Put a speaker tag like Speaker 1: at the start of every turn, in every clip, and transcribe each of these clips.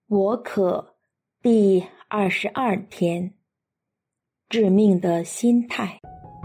Speaker 1: 我可第22天，致命的心态。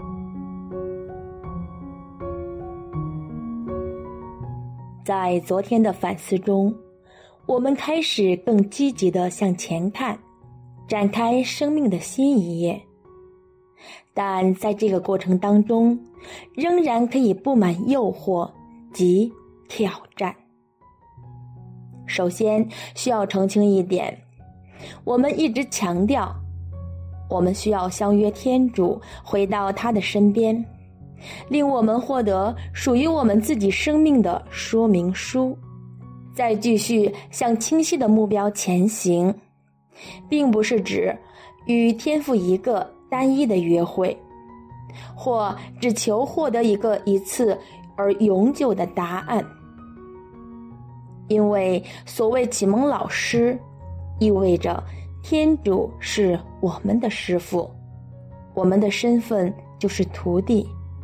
Speaker 1: 在昨天的反思中，我们开始更积极地向前看，展开生命的新一页。但在这个过程当中，仍然可以布满诱惑及挑战。首先需要澄清一点，我们一直强调，我们需要相约天主，回到他的身边，令我们获得属于我们自己生命的说明书，再继续向清晰的目标前行，并不是指与天父一个单一的约会，或只求获得一次而永久的答案。因为所谓启蒙老师，意味着天主是我们的师父，我们的身份就是徒弟。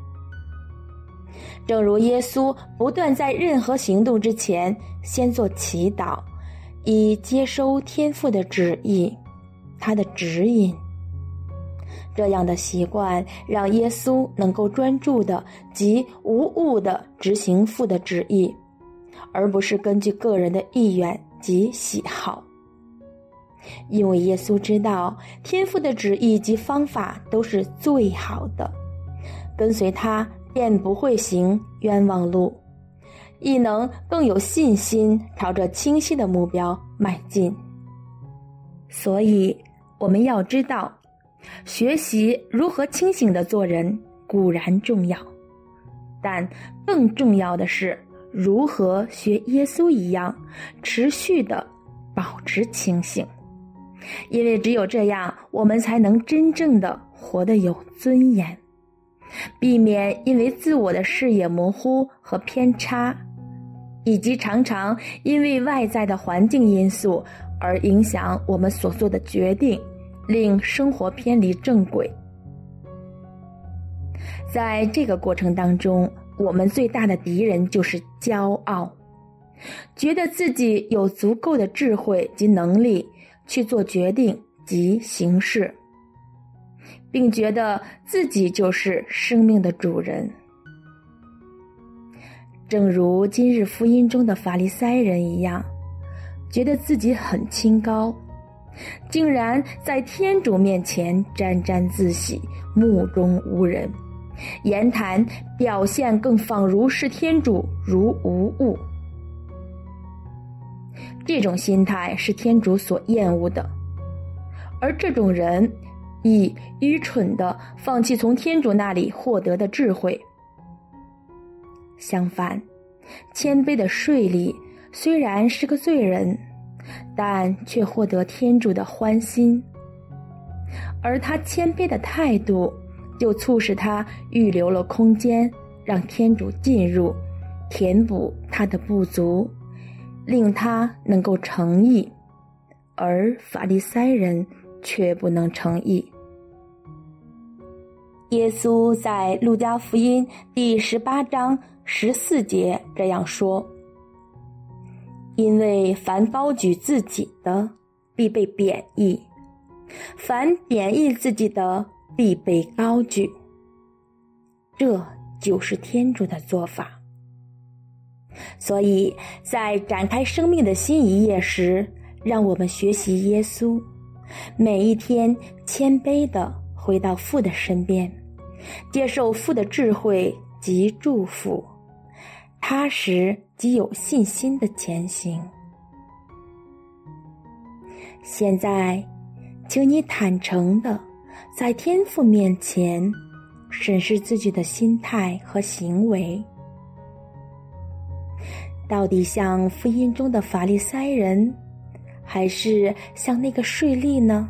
Speaker 1: 正如耶稣不断在任何行动之前先做祈祷，以接收天父的旨意，他的指引。这样的习惯让耶稣能够专注的及无误的执行父的旨意，而不是根据个人的意愿及喜好。因为耶稣知道天父的旨意及方法都是最好的，跟随他便不会行冤枉路，亦能更有信心朝着清晰的目标迈进。所以我们要知道，学习如何清醒地做人固然重要，但更重要的是如何学耶稣一样持续地保持清醒。因为只有这样，我们才能真正地活得有尊严，避免因为自我的视野模糊和偏差，以及常常因为外在的环境因素而影响我们所做的决定，令生活偏离正轨。在这个过程当中，我们最大的敌人就是骄傲，觉得自己有足够的智慧及能力去做决定及行事，并觉得自己就是生命的主人。正如今日福音中的法利赛人一样，觉得自己很清高，竟然在天主面前沾沾自喜，目中无人，言谈表现更仿如是天主如无物。这种心态是天主所厌恶的，而这种人亦愚蠢地放弃从天主那里获得的智慧。相反，谦卑的税吏虽然是个罪人，但却获得天主的欢心，而他谦卑的态度就促使他预留了空间，让天主进入，填补他的不足，令他能够成义，而法利赛人却不能成义。耶稣在路加福音第18章14节这样说：因为凡高举自己的，必被贬义；凡贬义自己的，必被高举。这就是天主的做法。所以在展开生命的新一页时，让我们学习耶稣，每一天谦卑地回到父的身边，接受父的智慧及祝福，踏实及有信心的前行。现在请你坦诚地在天父面前审视自己的心态和行为，到底像福音中的法利赛人，还是像那个税吏呢？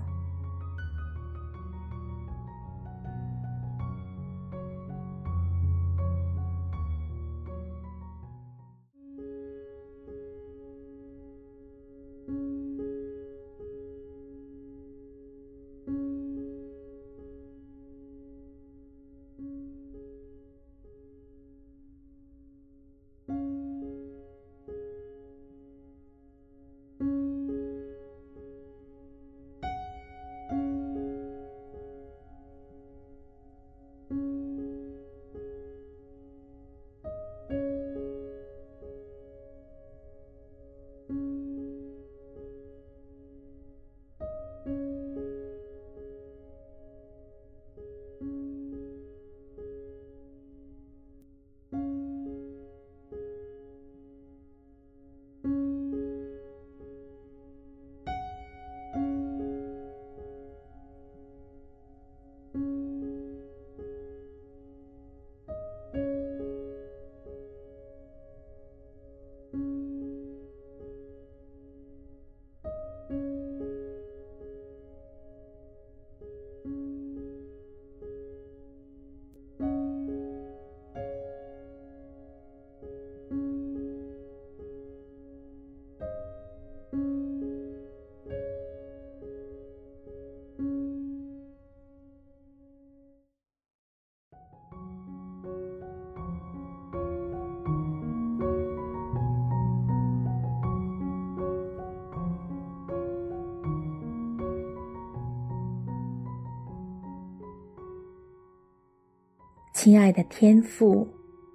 Speaker 1: 亲爱的天父，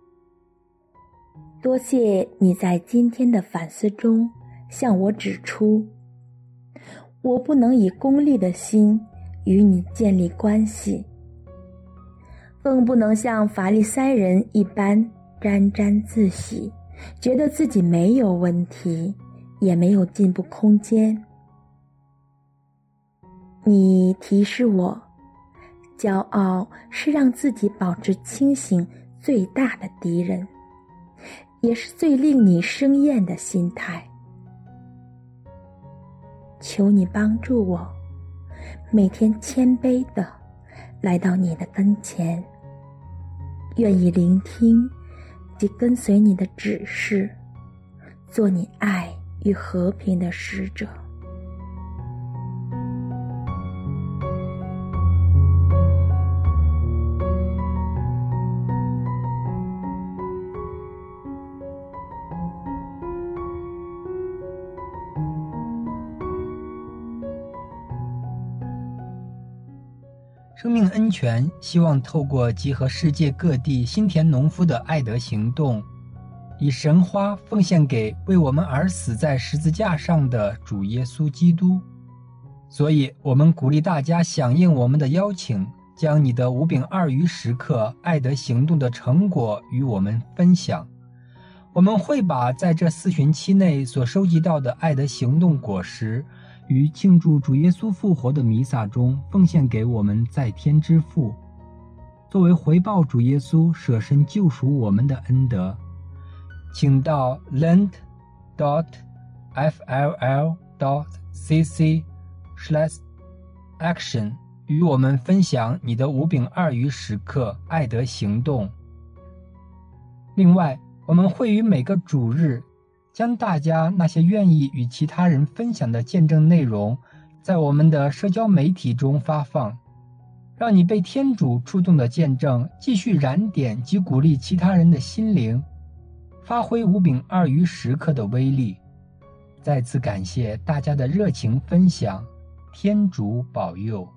Speaker 1: 多谢你在今天的反思中向我指出，我不能以功利的心与你建立关系，更不能像法利赛人一般沾沾自喜，觉得自己没有问题，也没有进步空间。你提示我，骄傲是让自己保持清醒最大的敌人，也是最令你生厌的心态。求你帮助我，每天谦卑地来到你的跟前，愿意聆听及跟随你的指示，做你爱与和平的使者。
Speaker 2: 生命恩泉希望透过集合世界各地新田农夫的爱德行动，以神花奉献给为我们而死在十字架上的主耶稣基督。所以我们鼓励大家响应我们的邀请，将你的5饼2鱼时刻爱德行动的成果与我们分享。我们会把在这4旬期内所收集到的爱德行动果实于庆祝主耶稣复活的弥撒中奉献给我们在天之父，作为回报主耶稣舍身救赎我们的恩德。请到 lent.fll.cc/action 与我们分享你的5饼2鱼时刻爱德行动。另外，我们会于每个主日将大家那些愿意与其他人分享的见证内容在我们的社交媒体中发放，让你被天主触动的见证继续燃点及鼓励其他人的心灵，发挥5饼2鱼时刻的威力。再次感谢大家的热情分享，天主保佑。